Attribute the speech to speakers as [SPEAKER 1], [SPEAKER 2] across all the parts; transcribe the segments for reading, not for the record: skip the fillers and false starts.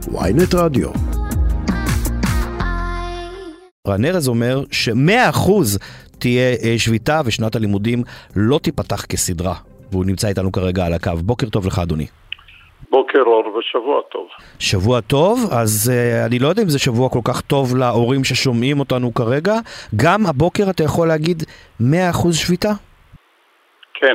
[SPEAKER 1] ynet רדיו. רן ארז אומר ש100% תהיה שביתה ושנת הלימודים לא תיפתח כסדרה, והוא נמצא איתנו כרגע על הקו. בוקר טוב לך אדוני.
[SPEAKER 2] בוקר אור ושבוע טוב.
[SPEAKER 1] שבוע טוב, אז אני לא יודע אם זה שבוע כל כך טוב להורים ששומעים אותנו כרגע. גם הבוקר אתה יכול להגיד 100% שביתה?
[SPEAKER 2] כן.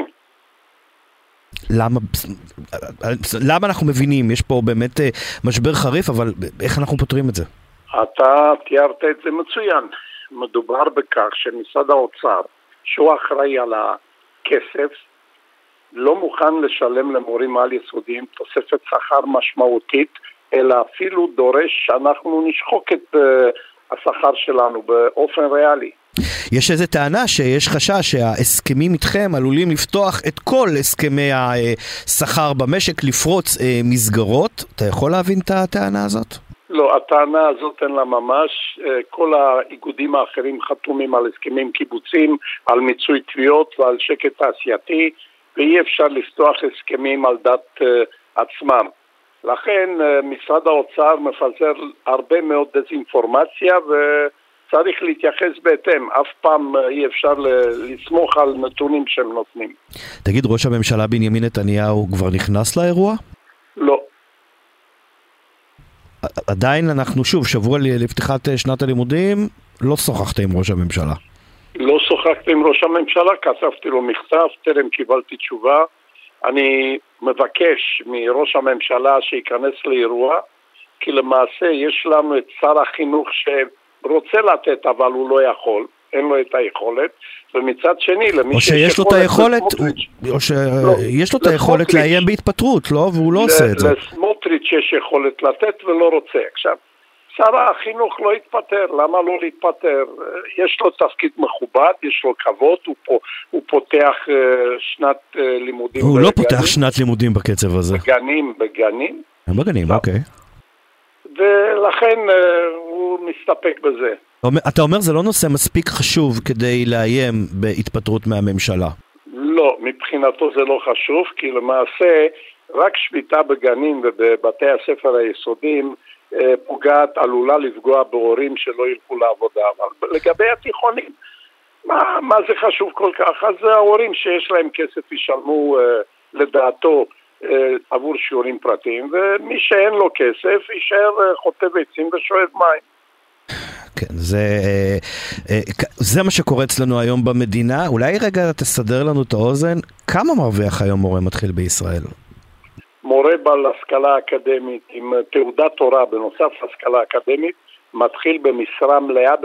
[SPEAKER 1] למה אנחנו מבינים? יש פה באמת משבר חריף, אבל איך אנחנו פותרים את זה?
[SPEAKER 2] אתה תיארת את זה מצוין. מדובר בכך שמשרד האוצר, שהוא אחראי על הכסף, לא מוכן לשלם למורים על יסודיים תוספת שכר משמעותית, אלא אפילו דורש שאנחנו נשחוק את השכר שלנו באופן ריאלי.
[SPEAKER 1] יש איזו טענה שיש חשש שההסכמים איתכם עלולים לפתוח את כל הסכמי השכר במשק, לפרוץ מסגרות. אתה יכול להבין את הטענה הזאת?
[SPEAKER 2] לא, הטענה הזאת אין לה ממש. כל האיגודים האחרים חתומים על הסכמים קיבוציים, על מיצוי תביעות ועל שקט תעשייתי, ואי אפשר לפתוח הסכמים על דת עצמם. לכן משרד האוצר מפזר הרבה מאוד דזינפורמציה וצריך להתייחס בהתאם. אף פעם אי אפשר לסמוך על נתונים שהם נותנים.
[SPEAKER 1] תגיד, ראש הממשלה בנימין נתניהו כבר נכנס לאירוע?
[SPEAKER 2] לא.
[SPEAKER 1] עדיין אנחנו שוב, שבוע לפתיחת שנת הלימודים, לא שוחחת עם ראש הממשלה.
[SPEAKER 2] לא שוחחתי עם ראש הממשלה, כתבתי לו מכתב, טרם קיבלתי תשובה. אני מבקש מראש הממשלה שייכנס לאירוע, כי למעשה יש לנו את שר החינוך שרוצה לתת, אבל הוא לא יכול, אין לו את היכולת, ומצד שני, למי
[SPEAKER 1] שיש לו את היכולת, או שיש לו את היכולת לאיים בהתפטרות, לא? והוא לא עושה את זה.
[SPEAKER 2] לסמוטריץ' יש יכולת לתת ולא רוצה. עכשיו, שר החינוך לא התפטר, למה לא להתפטר? יש לו תפקיד מכובד, יש לו כבוד, הוא פותח שנת לימודים.
[SPEAKER 1] הוא לא פותח שנת לימודים בקצב הזה.
[SPEAKER 2] בגנים.
[SPEAKER 1] בגנים, אוקיי.
[SPEAKER 2] ולכן הוא מסתפק בזה.
[SPEAKER 1] אתה אומר זה לא נושא מספיק חשוב כדי לאיים בהתפטרות מהממשלה.
[SPEAKER 2] לא, מבחינתו זה לא חשוב, כי למעשה רק שביתה בגנים ובבתי הספר היסודיים פוגעת, עלולה לפגוע בהורים שלא ילכו לעבודה. אבל לגבי התיכונים, מה זה חשוב כל כך? אז ההורים שיש להם כסף ישלמו לדעתו עבור שיעורים פרטיים, ומי שאין לו כסף יישאר חוטב עצים ושואב מים.
[SPEAKER 1] כן, זה מה שקורה אצלנו היום במדינה. אולי רגע תסדר לנו את האוזן, כמה מרוויח היום מורה מתחיל בישראל?
[SPEAKER 2] מורה בעל השכלה אקדמית עם תעודת הוראה בנוסף להשכלה אקדמית מתחיל במשרה מלאה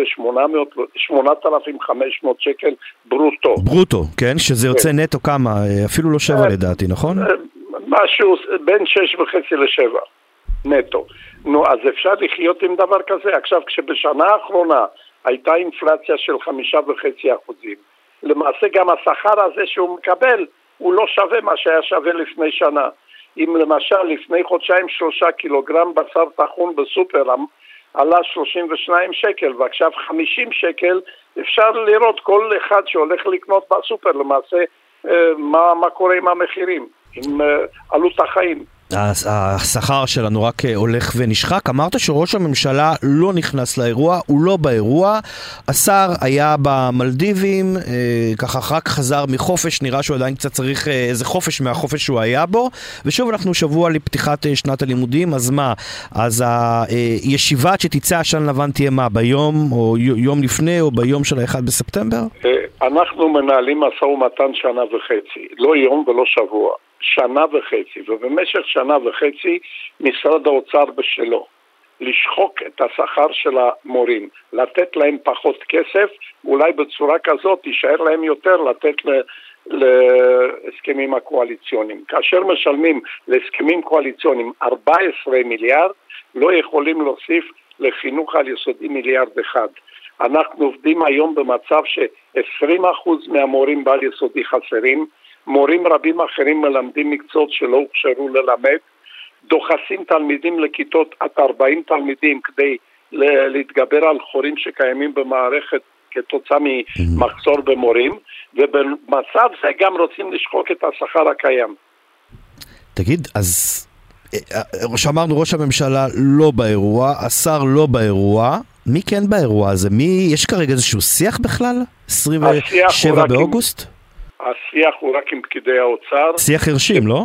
[SPEAKER 2] ב8,500 שקל ברוטו.
[SPEAKER 1] ברוטו, כן? שזה יוצא נטו כמה? אפילו לא 7 לדעתי, נכון?
[SPEAKER 2] משהו בין 6.5 ל7 נטו. נו, אז אפשר לחיות עם דבר כזה. עכשיו, כשבשנה האחרונה הייתה אינפלציה של 5.5%, למעשה גם השכר הזה שהוא מקבל הוא לא שווה מה שהיה שווה לפני שנה. אם למשל לפני חודשיים 3 קילוגרם בשר טחון בסופר עלה 32 שקל ועכשיו 50 שקל, אפשר לראות כל אחד שהולך לקנות בסופר למעשה מה קורה עם המחירים, עם עלות החיים.
[SPEAKER 1] השכר שלנו רק הולך ונשחק. אמרת שראש הממשלה לא נכנס לאירוע, הוא לא באירוע. השר היה במלדיבים, ככה רק חזר מחופש, נראה שהוא עדיין קצת צריך איזה חופש מהחופש שהוא היה בו, ושוב אנחנו שבוע לפתיחת שנת הלימודים. אז מה? אז הישיבה שתצא עשן לבן תהיה מה? ביום או יום לפני או ביום של 1 בספטמבר?
[SPEAKER 2] אנחנו מנהלים משא ומתן שנה וחצי, לא יום ולא שבוע. שנה וחצי, ובמשך שנה וחצי משרד האוצר בשלו לשחוק את השכר של המורים, לתת להם פחות כסף, אולי בצורה כזאת יישאר להם יותר לתת להסכמים הקואליציוניים. כאשר משלמים להסכמים קואליציוניים 14 מיליארד, לא יכולים להוסיף לחינוך על יסודי 1 מיליארד. אנחנו עובדים היום במצב ש20% מהמורים בעל יסודי חסרים, מורים רבים אחרים מלמדים מקצועות שלא הוכשרו ללמד, דוחסים תלמידים לכיתות עד 40 תלמידים כדי להתגבר על חורים שקיימים במערכת כתוצאה ממחסור במורים, ובמצב זה גם רוצים לשחוק את השכר הקיים.
[SPEAKER 1] תגיד, אז שאמרנו ראש הממשלה לא באירוע, השר לא באירוע, מי כן באירוע הזה? יש כרגע איזשהו שיח בכלל? 27 באוגוסט?
[SPEAKER 2] השיח הוא רק עם פקידי האוצר.
[SPEAKER 1] שיח הרשים, לא?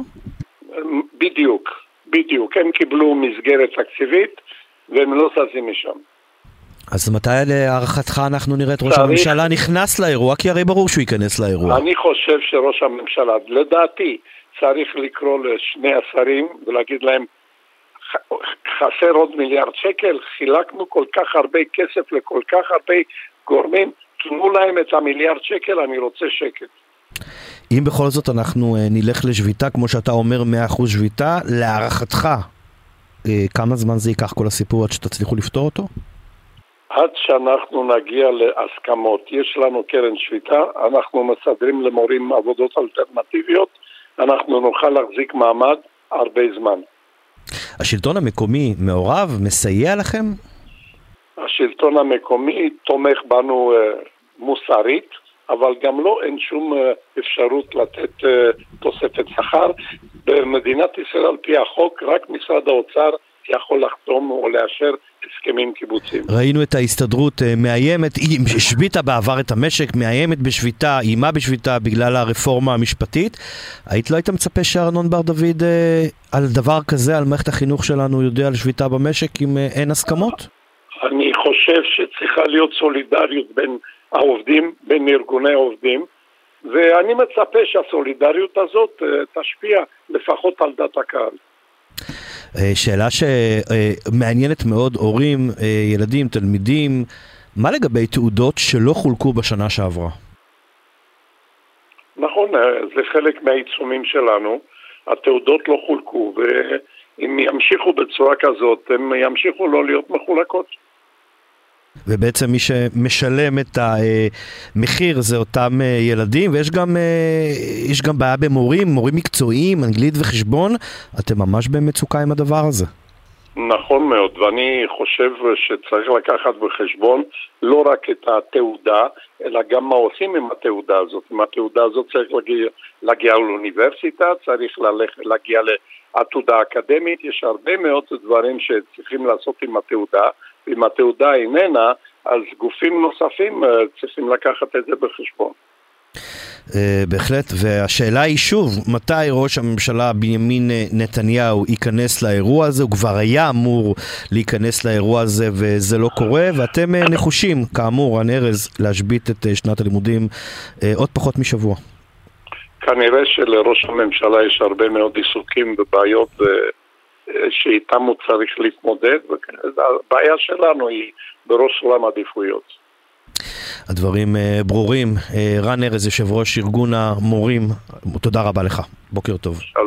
[SPEAKER 2] בדיוק. הם קיבלו מסגרת תקציבית והם לא זזים משם.
[SPEAKER 1] אז מתי להערכתך אנחנו נראה את ראש הממשלה נכנס לאירוע? כי הרי ברור שהוא ייכנס לאירוע.
[SPEAKER 2] אני חושב שראש הממשלה, לדעתי, צריך לקרוא לשני השרים ולהגיד להם, חסר עוד מיליארד שקל, חילקנו כל כך הרבה כסף לכל כך הרבה גורמים, תנו להם את המיליארד שקל, אני רוצה שקט.
[SPEAKER 1] אם בכל זאת אנחנו נלך לשביתה, כמו שאתה אומר 100% שביתה, להערכתך, כמה זמן זה ייקח כל הסיפור עד שתצליחו לפתור אותו?
[SPEAKER 2] עד שאנחנו נגיע להסכמות. יש לנו קרן שביתה, אנחנו מסדרים למורים עבודות אלטרנטיביות, אנחנו נוכל להחזיק מעמד הרבה זמן.
[SPEAKER 1] השלטון המקומי מעורב, מסייע לכם?
[SPEAKER 2] השלטון המקומי תומך בנו מוסרית, אבל גם לא אין שום אפשרות לתת תוספת שכר. במדינת ישראל על פי החוק רק משרד האוצר יכול לחתום או לאשר הסכמים קיבוציים.
[SPEAKER 1] ראינו את ההסתדרות מאיימת, היא השביתה בעבר את המשק, מאיימת בשביתה, אימה בשביתה בגלל הרפורמה המשפטית. לא היית מצפה שארנון בר דוד על דבר כזה, על מערכת החינוך שלנו יודע על שביתה במשק אם אין הסכמות?
[SPEAKER 2] אני חושב שצריכה להיות סולידריות בין העובדים, בין ארגוני העובדים, ואני מצפה שהסולידריות הזאת תשפיע לפחות על דעת הקהל.
[SPEAKER 1] שאלה שמעניינת מאוד הורים, ילדים, תלמידים, מה לגבי תעודות שלא חולקו בשנה שעברה?
[SPEAKER 2] נכון, זה חלק מהעיצומים שלנו, התעודות לא חולקו, ואם ימשיכו בצורה כזאת, הם ימשיכו לא להיות מחולקות.
[SPEAKER 1] ובעצם מי שמשלם את המחיר זה אותם ילדים, ויש גם בעיה במורים, מורים מקצועיים, אנגלית וחשבון, אתם ממש במצוקה עם הדבר הזה.
[SPEAKER 2] נכון מאוד, ואני חושב שצריך לקחת בחשבון לא רק את התעודה, אלא גם מה עושים עם התעודה הזאת. עם התעודה הזאת צריך להגיע לאוניברסיטה, צריך להגיע לעתודה אקדמית, יש הרבה מאוד דברים שצריכים לעשות עם התעודה, ואם התעודה איננה, אז גופים נוספים צריכים לקחת את זה בחשבון.
[SPEAKER 1] בהחלט, והשאלה היא שוב, מתי ראש הממשלה בנימין נתניהו ייכנס לאירוע הזה? הוא כבר היה אמור להיכנס לאירוע הזה וזה לא קורה, ואתם נחושים, כאמור, ארז, להשבית את שנת הלימודים עוד פחות משבוע.
[SPEAKER 2] כנראה שלראש הממשלה יש הרבה מאוד עיסוקים ובעיות שאיתם הוא צריך להתמודד, והבעיה שלנו היא בראש עולם עדיפויות.
[SPEAKER 1] הדברים ברורים. רן ארז, יושב ראש ארגון המורים, תודה רבה לך. בוקר טוב.